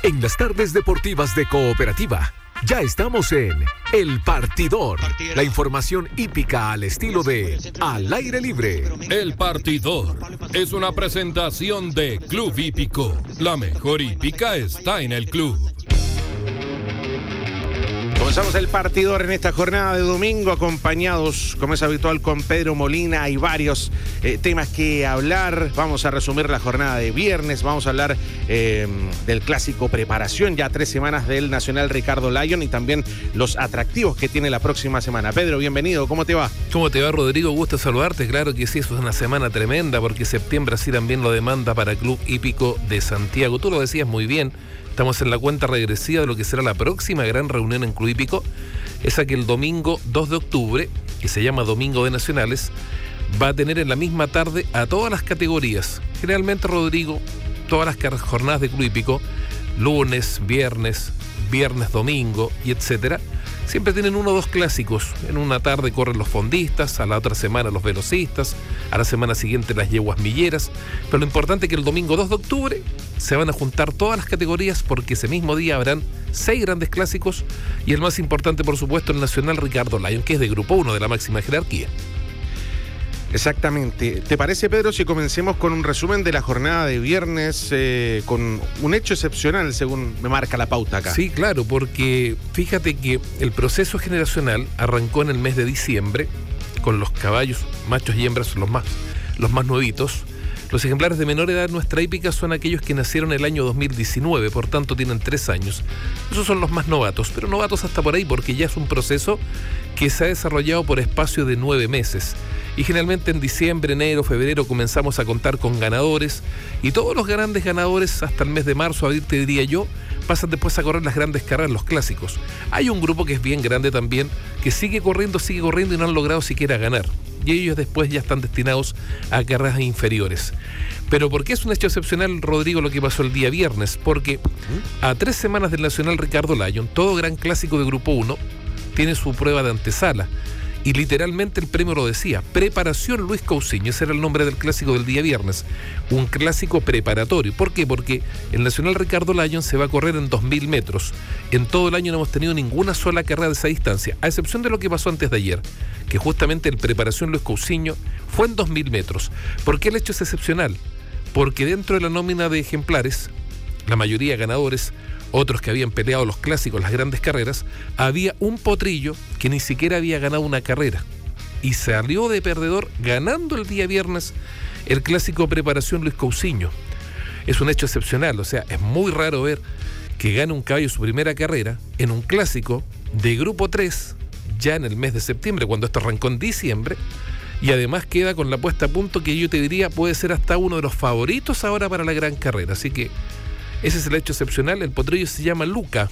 En las tardes deportivas de Cooperativa, ya estamos en El Partidor. La información hípica al estilo de Al Aire Libre. El Partidor es una presentación de Club Hípico. La mejor hípica está en el club. Comenzamos el Partidor en esta jornada de domingo, acompañados, como es habitual, con Pedro Molina. Hay varios temas que hablar. Vamos a resumir la jornada de viernes. Vamos a hablar del clásico preparación, ya 3 semanas del Nacional Ricardo Lyon, y también los atractivos que tiene la próxima semana. Pedro, bienvenido. ¿Cómo te va? ¿Cómo te va, Rodrigo? Gusto saludarte. Claro que sí, eso es una semana tremenda, porque septiembre así también lo demanda para Club Hípico de Santiago. Tú lo decías muy bien. Estamos en la cuenta regresiva de lo que será la próxima gran reunión en Club Hípico. Esa que el domingo 2 de octubre, que se llama Domingo de Nacionales, va a tener en la misma tarde a todas las categorías. Generalmente, Rodrigo, todas las jornadas de Club Hípico, lunes, viernes, domingo y etcétera, siempre tienen 1 o 2 clásicos. En una tarde corren los fondistas, a la otra semana los velocistas, a la semana siguiente las yeguas milleras. Pero lo importante es que el domingo 2 de octubre se van a juntar todas las categorías, porque ese mismo día habrán 6 grandes clásicos, y el más importante, por supuesto, el Nacional Ricardo Lyon, que es de Grupo 1 de la máxima jerarquía. Exactamente. ¿Te parece, Pedro, si comencemos con un resumen de la jornada de viernes, con un hecho excepcional, según me marca la pauta acá? Sí, claro, porque fíjate que el proceso generacional arrancó en el mes de diciembre, con los caballos, machos y hembras, los más nuevitos. Los ejemplares de menor edad en nuestra hípica son aquellos que nacieron el año 2019, por tanto tienen 3 años. Esos son los más novatos, pero novatos hasta por ahí, porque ya es un proceso que se ha desarrollado por espacio de 9 meses. Y generalmente en diciembre, enero, febrero comenzamos a contar con ganadores, y todos los grandes ganadores hasta el mes de marzo, abril, te diría yo, pasan después a correr las grandes carreras, los clásicos. Hay un grupo que es bien grande también, que sigue corriendo y no han logrado siquiera ganar. Y ellos después ya están destinados a carreras inferiores. Pero ¿por qué es un hecho excepcional, Rodrigo, lo que pasó el día viernes? Porque a 3 semanas del Nacional Ricardo Lyon, todo gran clásico de Grupo 1 tiene su prueba de antesala. Y literalmente el premio lo decía, Preparación Luis Cousiño, ese era el nombre del clásico del día viernes, un clásico preparatorio. ¿Por qué? Porque el Nacional Ricardo Lyon se va a correr en 2.000 metros. En todo el año no hemos tenido ninguna sola carrera de esa distancia, a excepción de lo que pasó antes de ayer, que justamente el Preparación Luis Cousiño fue en 2.000 metros. ¿Por qué el hecho es excepcional? Porque dentro de la nómina de ejemplares, la mayoría ganadores, otros que habían peleado los clásicos, las grandes carreras, había un potrillo que ni siquiera había ganado una carrera y salió de perdedor ganando el día viernes el clásico Preparación Luis Cousiño. Es un hecho excepcional, o sea, es muy raro ver que gane un caballo su primera carrera en un clásico de Grupo 3 ya en el mes de septiembre, cuando esto arrancó en diciembre, y además queda con la puesta a punto que yo te diría puede ser hasta uno de los favoritos ahora para la gran carrera. Así que ese es el hecho excepcional. El potrillo se llama Luca.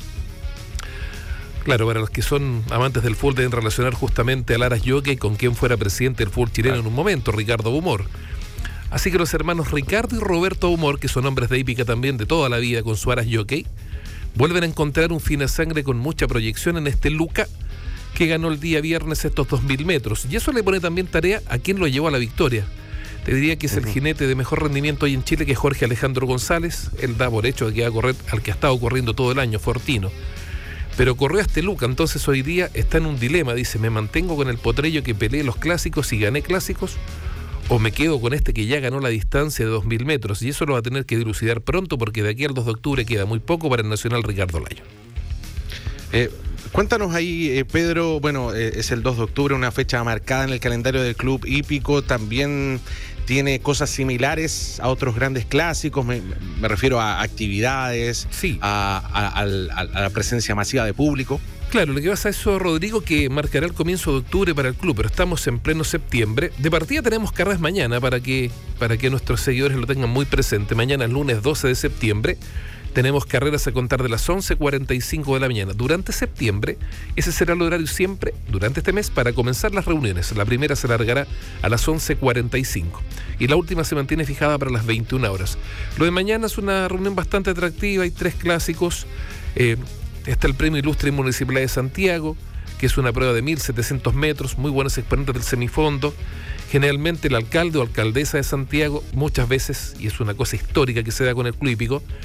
Claro, para los que son amantes del fútbol deben relacionar justamente al Aras Jockey con quien fuera presidente del fútbol chileno en un momento, Ricardo Humor. Así que los hermanos Ricardo y Roberto Humor, que son hombres de hípica también de toda la vida con su Aras Jockey, vuelven a encontrar un fina sangre con mucha proyección en este Luca, que ganó el día viernes estos 2.000 metros. Y eso le pone también tarea a quien lo llevó a la victoria. Te diría que es el jinete de mejor rendimiento hoy en Chile, que es Jorge Alejandro González. Él da por hecho de que va a correr al que ha estado corriendo todo el año, Fortino. Pero corrió a este Luca, entonces hoy día está en un dilema. Dice, ¿me mantengo con el potrillo que peleé los clásicos y gané clásicos? ¿O me quedo con este que ya ganó la distancia de 2.000 metros? Y eso lo va a tener que dilucidar pronto, porque de aquí al 2 de octubre queda muy poco para el Nacional Ricardo Lyon. Cuéntanos ahí, Pedro, bueno, es el 2 de octubre, una fecha marcada en el calendario del Club Hípico, también tiene cosas similares a otros grandes clásicos, me refiero a actividades, sí, a la presencia masiva de público. Claro, lo que pasa es eso, Rodrigo, que marcará el comienzo de octubre para el club, pero estamos en pleno septiembre. De partida tenemos carreras mañana para que nuestros seguidores lo tengan muy presente. Mañana, lunes 12 de septiembre, tenemos carreras a contar de las 11:45 de la mañana. Durante septiembre, ese será el horario siempre, durante este mes, para comenzar las reuniones. La primera se largará a las 11:45 y la última se mantiene fijada para las 21 horas. Lo de mañana es una reunión bastante atractiva, hay 3 clásicos. Está el Premio Ilustre Municipalidad de Santiago, que es una prueba de 1.700 metros, muy buenos exponentes del semifondo. Generalmente el alcalde o alcaldesa de Santiago, muchas veces, y es una cosa histórica que se da con el Club Hípico,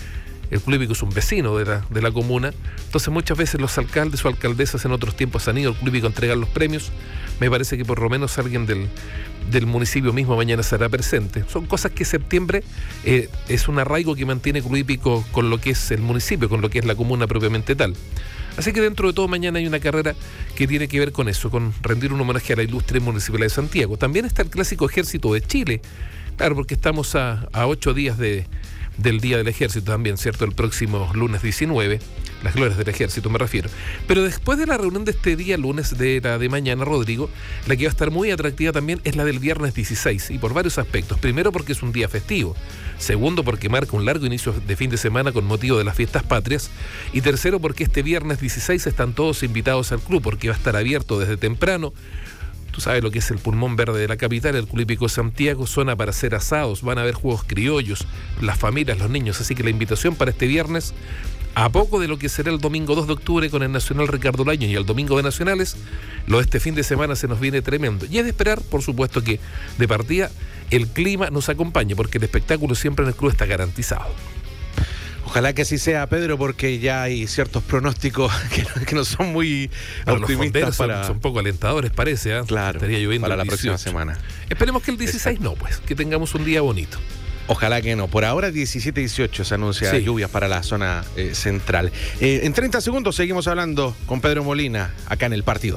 El Club Hípico es un vecino de la comuna, entonces muchas veces los alcaldes o alcaldesas en otros tiempos han ido al Club Hípico a entregar los premios. Me parece que por lo menos alguien del municipio mismo mañana estará presente. Son cosas que septiembre es un arraigo que mantiene Club Hípico con lo que es el municipio, con lo que es la comuna propiamente tal. Así que dentro de todo mañana hay una carrera que tiene que ver con eso, con rendir un homenaje a la ilustre Municipalidad de Santiago. También está el clásico Ejército de Chile, claro, porque estamos a 8 días del Día del Ejército también, ¿cierto? El próximo lunes 19, las glorias del Ejército me refiero. Pero después de la reunión de este día lunes, de la de mañana, Rodrigo, la que va a estar muy atractiva también es la del viernes 16, y por varios aspectos. Primero, porque es un día festivo. Segundo, porque marca un largo inicio de fin de semana con motivo de las fiestas patrias. Y tercero, porque este viernes 16 están todos invitados al club, porque va a estar abierto desde temprano. Tú sabes lo que es el pulmón verde de la capital, el Club Hípico Santiago, zona para hacer asados, van a haber juegos criollos, las familias, los niños. Así que la invitación para este viernes, a poco de lo que será el domingo 2 de octubre con el Nacional Ricardo Laño y el domingo de Nacionales, lo de este fin de semana se nos viene tremendo. Y es de esperar, por supuesto, que de partida el clima nos acompañe, porque el espectáculo siempre en el club está garantizado. Ojalá que así sea, Pedro, porque ya hay ciertos pronósticos que no son muy optimistas. Son poco alentadores, parece. Claro, estaría lloviendo para la próxima semana. Esperemos que el 16 no, pues, que tengamos un día bonito. Ojalá que no. Por ahora 17-18 se anuncia lluvias para la zona central. En 30 segundos seguimos hablando con Pedro Molina acá en El Partidor.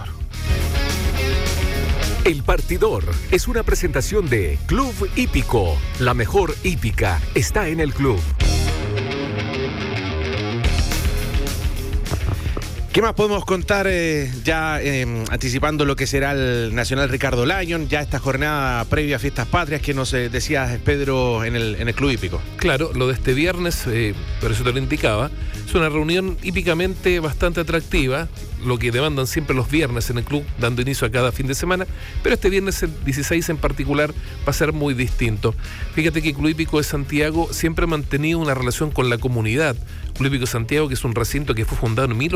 El Partidor es una presentación de Club Hípico. La mejor hípica está en el club. ¿Qué más podemos contar ya anticipando lo que será el Nacional Ricardo Lyon, ya esta jornada previa a Fiestas Patrias que nos decía Pedro en el Club Hípico? Claro, lo de este viernes, por eso te lo indicaba, es una reunión hípicamente bastante atractiva, lo que demandan siempre los viernes en el club, dando inicio a cada fin de semana, pero este viernes el 16 en particular va a ser muy distinto. Fíjate que el Club Hípico de Santiago siempre ha mantenido una relación con la comunidad. Club Hípico Santiago, que es un recinto que fue fundado en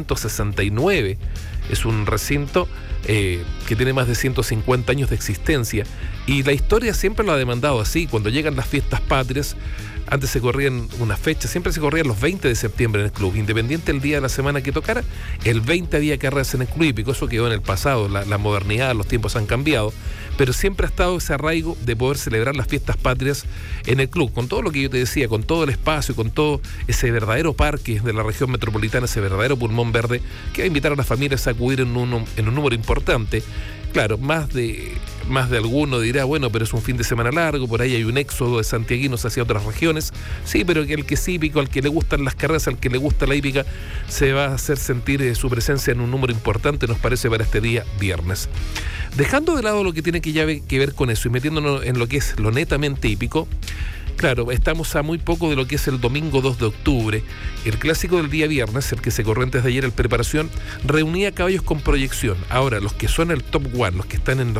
1869, es un recinto que tiene más de 150 años de existencia, y la historia siempre lo ha demandado así. Cuando llegan las fiestas patrias, antes se corrían unas fechas, siempre se corrían los 20 de septiembre en el club, independiente del día de la semana que tocara, el 20 había carreras en el Club Hípico. Eso quedó en el pasado, la modernidad, los tiempos han cambiado, pero siempre ha estado ese arraigo de poder celebrar las fiestas patrias en el club, con todo lo que yo te decía, con todo el espacio, con todo ese verdadero parque de la región metropolitana, ese verdadero pulmón verde, que va a invitar a las familias a acudir en un número importante. Claro, más de alguno dirá, bueno, pero es un fin de semana largo, por ahí hay un éxodo de santiaguinos hacia otras regiones. Sí, pero que el que es hípico, al que le gustan las carreras, al que le gusta la hípica, se va a hacer sentir su presencia en un número importante, nos parece, para este día viernes. Dejando de lado lo que tiene que ver con eso y metiéndonos en lo que es lo netamente hípico, claro, estamos a muy poco de lo que es el domingo 2 de octubre. El clásico del día viernes, el que se corrió antes de ayer, el preparación, reunía caballos con proyección. Ahora, los que son el top one, los que están en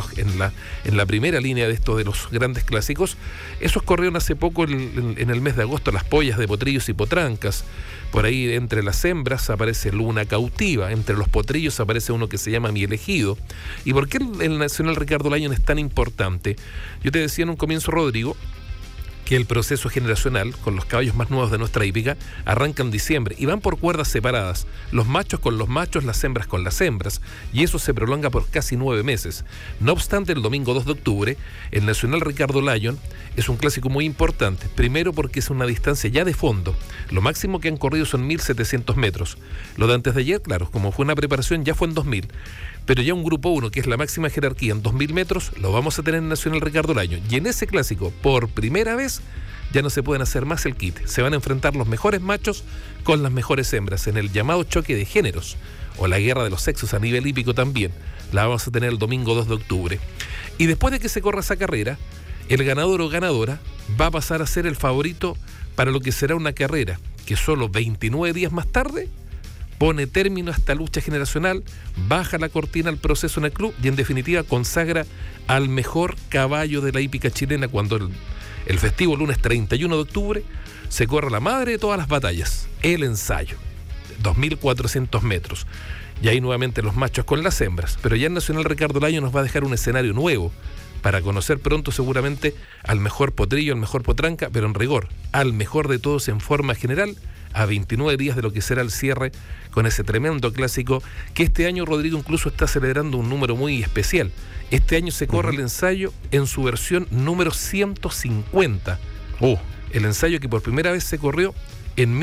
la primera línea de estos de los grandes clásicos, esos corrieron hace poco en el mes de agosto, las pollas de potrillos y potrancas. Por ahí entre las hembras aparece Luna Cautiva, entre los potrillos aparece uno que se llama Mi Elegido. ¿Y por qué el Nacional Ricardo Lyon es tan importante? Yo te decía en un comienzo, Rodrigo, que el proceso generacional con los caballos más nuevos de nuestra hípica arranca en diciembre y van por cuerdas separadas, los machos con los machos, las hembras con las hembras, y eso se prolonga por casi 9 meses. No obstante, el domingo 2 de octubre, el Nacional Ricardo Lyon es un clásico muy importante, primero porque es una distancia ya de fondo, lo máximo que han corrido son 1.700 metros. Lo de antes de ayer, claro, como fue una preparación, ya fue en 2.000. Pero ya un grupo 1, que es la máxima jerarquía en 2.000 metros, lo vamos a tener en Nacional Ricardo Lyon. Y en ese clásico, por primera vez, ya no se pueden hacer más el quite. Se van a enfrentar los mejores machos con las mejores hembras en el llamado choque de géneros, o la guerra de los sexos a nivel hípico también. La vamos a tener el domingo 2 de octubre. Y después de que se corra esa carrera, el ganador o ganadora va a pasar a ser el favorito para lo que será una carrera que solo 29 días más tarde pone término a esta lucha generacional, baja la cortina al proceso en el club y en definitiva consagra al mejor caballo de la hípica chilena cuando el festivo lunes 31 de octubre se corre la madre de todas las batallas, el ensayo, 2.400 metros. Y ahí nuevamente los machos con las hembras. Pero ya el Nacional Ricardo Lagos nos va a dejar un escenario nuevo para conocer pronto seguramente al mejor potrillo, al mejor potranca, pero en rigor, al mejor de todos en forma general, a 29 días de lo que será el cierre con ese tremendo clásico que este año Rodrigo incluso está celebrando un número muy especial. Este año se corre el ensayo en su versión número 150. El ensayo que por primera vez se corrió en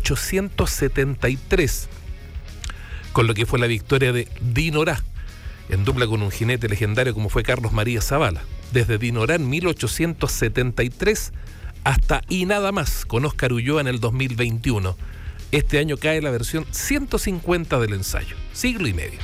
1873, con lo que fue la victoria de Dinorá, en dupla con un jinete legendario como fue Carlos María Zavala. Desde Dinorá en 1873 hasta y nada más con Óscar Ulloa en el 2021. Este año cae la versión 150 del ensayo. Siglo y medio.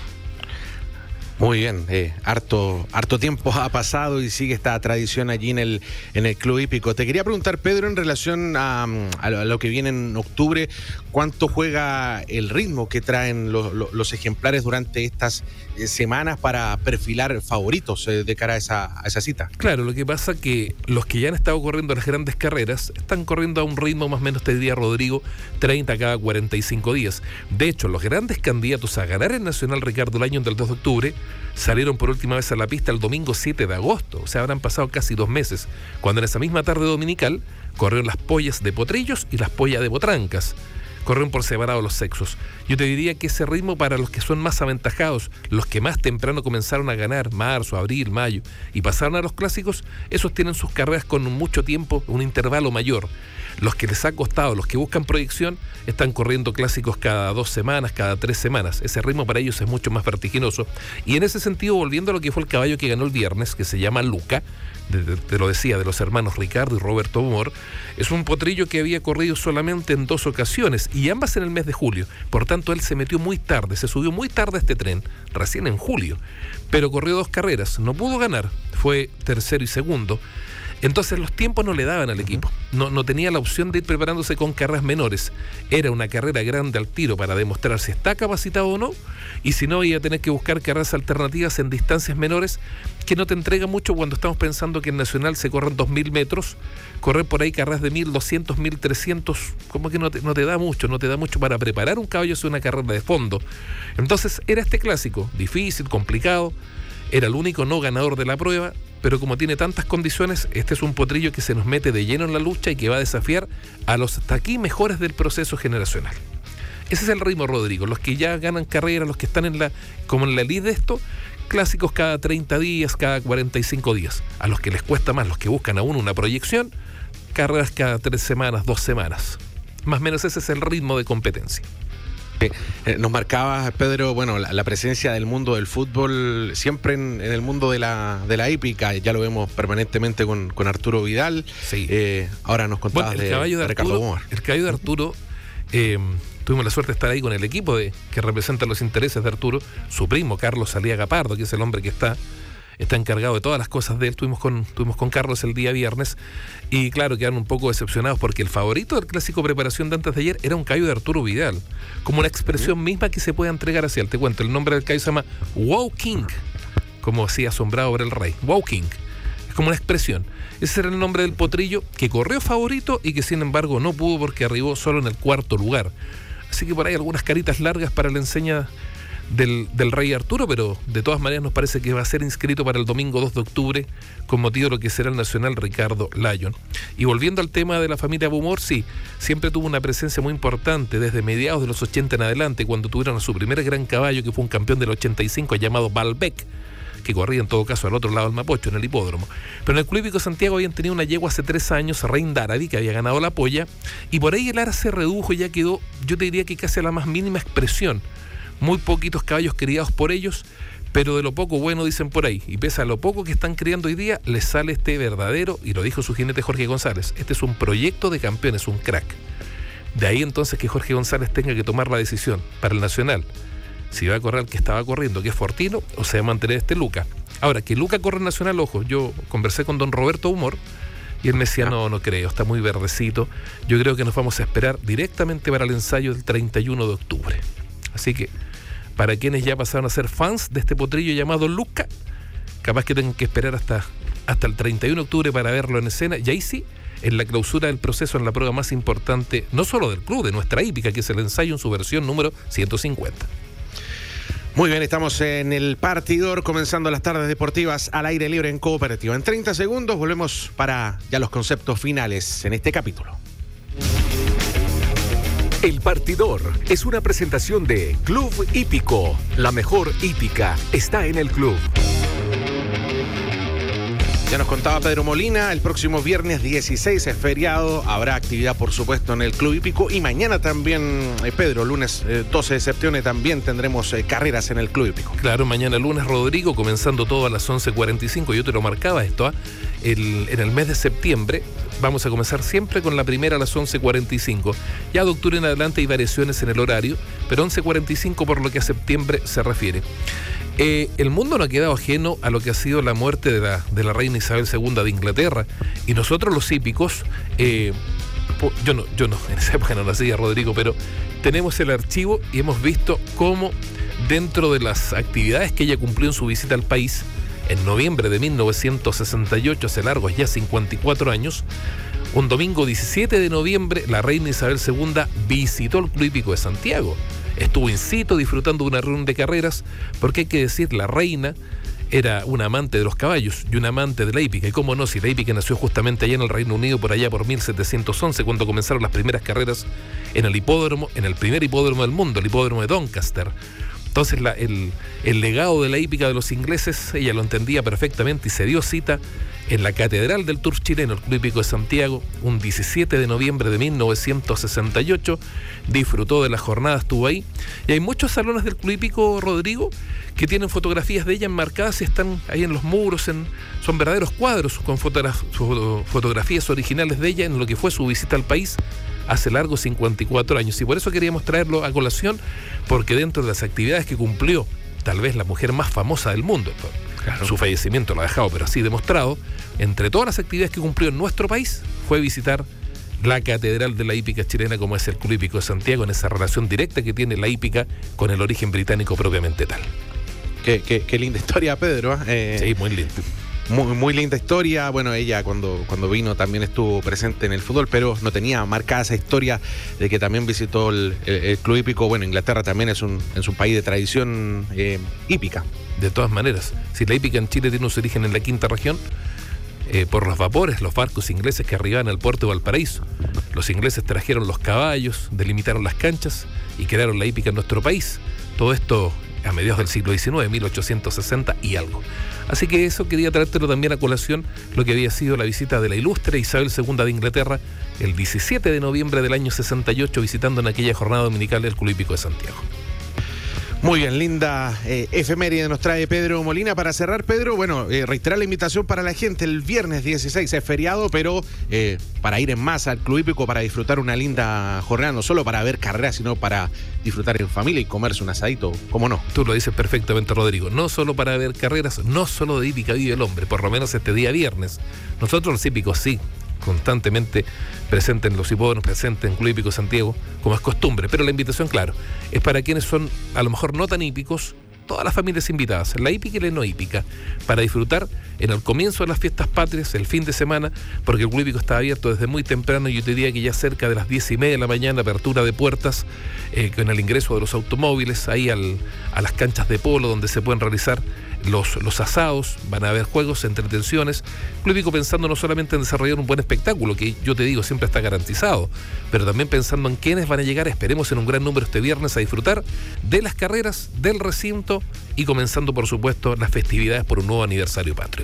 Muy bien, harto tiempo ha pasado y sigue esta tradición allí en el Club Hípico. Te quería preguntar, Pedro, en relación a lo que viene en octubre, ¿cuánto juega el ritmo que traen los ejemplares durante estas semanas para perfilar favoritos de cara a esa cita? Claro, lo que pasa que los que ya han estado corriendo las grandes carreras están corriendo a un ritmo más o menos, te diría, Rodrigo, 30 cada 45 días. De hecho, los grandes candidatos a ganar el Nacional Ricardo Lagos del 2 de octubre salieron por última vez a la pista el domingo 7 de agosto, o sea, habrán pasado casi 2 meses, cuando en esa misma tarde dominical corrieron las pollas de potrillos y las pollas de potrancas. Corrieron por separado los sexos. Yo te diría que ese ritmo para los que son más aventajados, los que más temprano comenzaron a ganar, marzo, abril, mayo, y pasaron a los clásicos, esos tienen sus carreras con mucho tiempo, un intervalo mayor. Los que les ha costado, los que buscan proyección, están corriendo clásicos cada 2 semanas, cada 3 semanas. Ese ritmo para ellos es mucho más vertiginoso. Y en ese sentido, volviendo a lo que fue el caballo que ganó el viernes, que se llama Luca, te lo decía, de los hermanos Ricardo y Roberto Humor, es un potrillo que había corrido solamente en 2 ocasiones, y ambas en el mes de julio. Por tanto, él se metió muy tarde, se subió muy tarde a este tren, recién en julio, pero corrió 2 carreras, no pudo ganar, fue tercero y segundo. Entonces los tiempos no le daban al equipo, no tenía la opción de ir preparándose con carreras menores. Era una carrera grande al tiro para demostrar si está capacitado o no, y si no, iba a tener que buscar carreras alternativas en distancias menores que no te entrega mucho cuando estamos pensando que en Nacional se corren 2.000 metros. Correr por ahí carreras de 1.200, 1.300, como que no te da mucho para preparar un caballo hacia una carrera de fondo. Entonces era este clásico, difícil, complicado, era el único no ganador de la prueba, pero como tiene tantas condiciones, este es un potrillo que se nos mete de lleno en la lucha y que va a desafiar a los hasta aquí mejores del proceso generacional. Ese es el ritmo, Rodrigo. Los que ya ganan carrera, los que están como en la lead de esto, clásicos cada 30 días, cada 45 días. A los que les cuesta más, los que buscan aún una proyección, carreras cada 3 semanas, 2 semanas. Más o menos ese es el ritmo de competencia. Nos marcaba, Pedro, bueno, la presencia del mundo del fútbol siempre en el mundo de la hípica. Ya lo vemos permanentemente con Arturo Vidal. Sí. Ahora nos contabas de Ricardo Humor. El caballo de Arturo, tuvimos la suerte de estar ahí con el equipo que representa los intereses de Arturo, su primo Carlos Aliaga Pardo, que es el hombre que está encargado de todas las cosas de él. Estuvimos con Carlos el día viernes y claro, quedaron un poco decepcionados porque el favorito del clásico preparación de antes de ayer era un caballo de Arturo Vidal, como una expresión misma que se puede entregar hacia él. Te cuento, el nombre del caballo se llama Wow King, como así asombrado por el rey. Wow King, es como una expresión. Ese era el nombre del potrillo que corrió favorito y que sin embargo no pudo porque arribó solo en el 4º lugar. Así que por ahí algunas caritas largas para la enseña del rey Arturo, pero de todas maneras nos parece que va a ser inscrito para el domingo 2 de octubre con motivo de lo que será el Nacional Ricardo Lagos. Y volviendo al tema de la familia Humor, sí, siempre tuvo una presencia muy importante desde mediados de los 80 en adelante, cuando tuvieron a su primer gran caballo, que fue un campeón del 85 llamado Balbec, que corría en todo caso al otro lado del Mapocho, en el hipódromo. Pero en el Club Hípico Santiago habían tenido una yegua hace 3 años, Rein Daravi, que había ganado la polla, y por ahí el ara se redujo y ya quedó, yo te diría que casi a la más mínima expresión. Muy poquitos caballos criados por ellos, pero de lo poco bueno, dicen por ahí. Y pese a lo poco que están criando hoy día, les sale este verdadero, y lo dijo su jinete Jorge González, este es un proyecto de campeones, un crack. De ahí entonces que Jorge González tenga que tomar la decisión para el Nacional, si va a correr el que estaba corriendo, que es Fortino, o se va a mantener este Luca. Ahora, que Luca corre en Nacional, ojo, yo conversé con don Roberto Humor, y él me decía, no creo, está muy verdecito. Yo creo que nos vamos a esperar directamente para el ensayo del 31 de octubre. Así que, para quienes ya pasaron a ser fans de este potrillo llamado Luca, capaz que tengan que esperar hasta el 31 de octubre para verlo en escena, y ahí sí, en la clausura del proceso, en la prueba más importante, no solo del club, de nuestra hípica, que es el ensayo en su versión número 150. Muy bien, estamos en el partidor, comenzando las tardes deportivas al aire libre en Cooperativa. En 30 segundos volvemos para ya los conceptos finales en este capítulo. El Partidor es una presentación de Club Hípico. La mejor hípica está en el club. Ya nos contaba Pedro Molina, el próximo viernes 16 es feriado, habrá actividad por supuesto en el Club Hípico y mañana también, Pedro, lunes 12 de septiembre también tendremos carreras en el Club Hípico. Claro, mañana lunes, Rodrigo, comenzando todo a las 11:45, yo te lo marcaba esto, en el mes de septiembre vamos a comenzar siempre con la primera a las 11:45, ya de octubre en adelante hay variaciones en el horario, pero 11:45 por lo que a septiembre se refiere. El mundo no ha quedado ajeno a lo que ha sido la muerte de la reina Isabel II de Inglaterra y nosotros los hípicos, yo no, en esa época no nacía, Rodrigo, pero tenemos el archivo y hemos visto cómo dentro de las actividades que ella cumplió en su visita al país en noviembre de 1968, hace largos ya 54 años, un domingo 17 de noviembre, la reina Isabel II visitó el Club Hípico de Santiago. Estuvo in situ disfrutando de una reunión de carreras, porque hay que decir, la reina era una amante de los caballos y una amante de la hípica. Y cómo no, si la hípica nació justamente allá en el Reino Unido, por allá por 1711, cuando comenzaron las primeras carreras en el hipódromo, en el primer hipódromo del mundo, el hipódromo de Doncaster. Entonces el legado de la hípica de los ingleses, ella lo entendía perfectamente y se dio cita en la Catedral del Turf chileno, el Club Hípico de Santiago, un 17 de noviembre de 1968, disfrutó de la jornada, estuvo ahí, y hay muchos salones del Club Hípico, Rodrigo, que tienen fotografías de ella enmarcadas y están ahí en los muros, son verdaderos cuadros con fotografías originales de ella en lo que fue su visita al país hace largos 54 años, y por eso queríamos traerlo a colación, porque dentro de las actividades que cumplió, tal vez la mujer más famosa del mundo, claro, su fallecimiento lo ha dejado, pero así demostrado, entre todas las actividades que cumplió en nuestro país, fue visitar la catedral de la hípica chilena, como es el Club Hípico de Santiago, en esa relación directa que tiene la hípica con el origen británico propiamente tal. Qué linda historia, Pedro. Sí, muy linda. Muy linda historia. Bueno, ella cuando vino también estuvo presente en el fútbol, pero no tenía marcada esa historia de que también visitó el Club Hípico. Bueno, Inglaterra también es un país de tradición hípica. De todas maneras, si la hípica en Chile tiene su origen en la quinta región, por los vapores, los barcos ingleses que arribaban al puerto de Valparaíso. Los ingleses trajeron los caballos, delimitaron las canchas y crearon la hípica en nuestro país. Todo esto a mediados del siglo XIX, 1860 y algo. Así que eso quería traértelo también a colación, lo que había sido la visita de la ilustre Isabel II de Inglaterra el 17 de noviembre del año 68, visitando en aquella jornada dominical el Club Hípico de Santiago. Muy bien, linda efeméride nos trae Pedro Molina. Para cerrar, Pedro, bueno, reiterar la invitación para la gente. El viernes 16 es feriado, pero para ir en masa al Club Hípico, para disfrutar una linda jornada, no solo para ver carreras, sino para disfrutar en familia y comerse un asadito, ¿cómo no? Tú lo dices perfectamente, Rodrigo. No solo para ver carreras, no solo de hípica vive el hombre, por lo menos este día viernes. Nosotros los hípicos sí, constantemente presente en los hipódromos, presente en Club Hípico Santiago, como es costumbre. Pero la invitación, claro, es para quienes son a lo mejor no tan hípicos, todas las familias invitadas, la hípica y la no hípica, para disfrutar en el comienzo de las fiestas patrias, el fin de semana, porque el Club Hípico está abierto desde muy temprano, yo te diría que ya cerca de las 10:30 de la mañana, apertura de puertas, con el ingreso de los automóviles, ahí a las canchas de polo, donde se pueden realizar los asados, van a haber juegos, entretenciones. Club Hípico pensando no solamente en desarrollar un buen espectáculo, que yo te digo siempre está garantizado, pero también pensando en quienes van a llegar, esperemos en un gran número este viernes, a disfrutar de las carreras, del recinto y comenzando por supuesto las festividades por un nuevo aniversario patrio.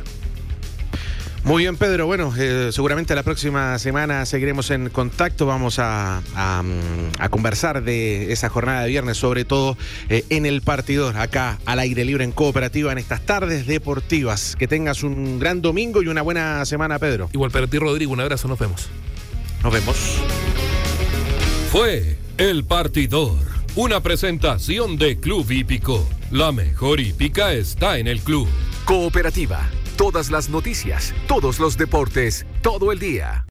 Muy bien, Pedro. Bueno, seguramente la próxima semana seguiremos en contacto. Vamos a conversar de esa jornada de viernes, sobre todo en el partidor, acá al aire libre en Cooperativa, en estas tardes deportivas. Que tengas un gran domingo y una buena semana, Pedro. Igual para ti, Rodrigo, un abrazo, nos vemos. Nos vemos. Fue El Partidor, una presentación de Club Hípico. La mejor hípica está en el club. Cooperativa. Todas las noticias, todos los deportes, todo el día.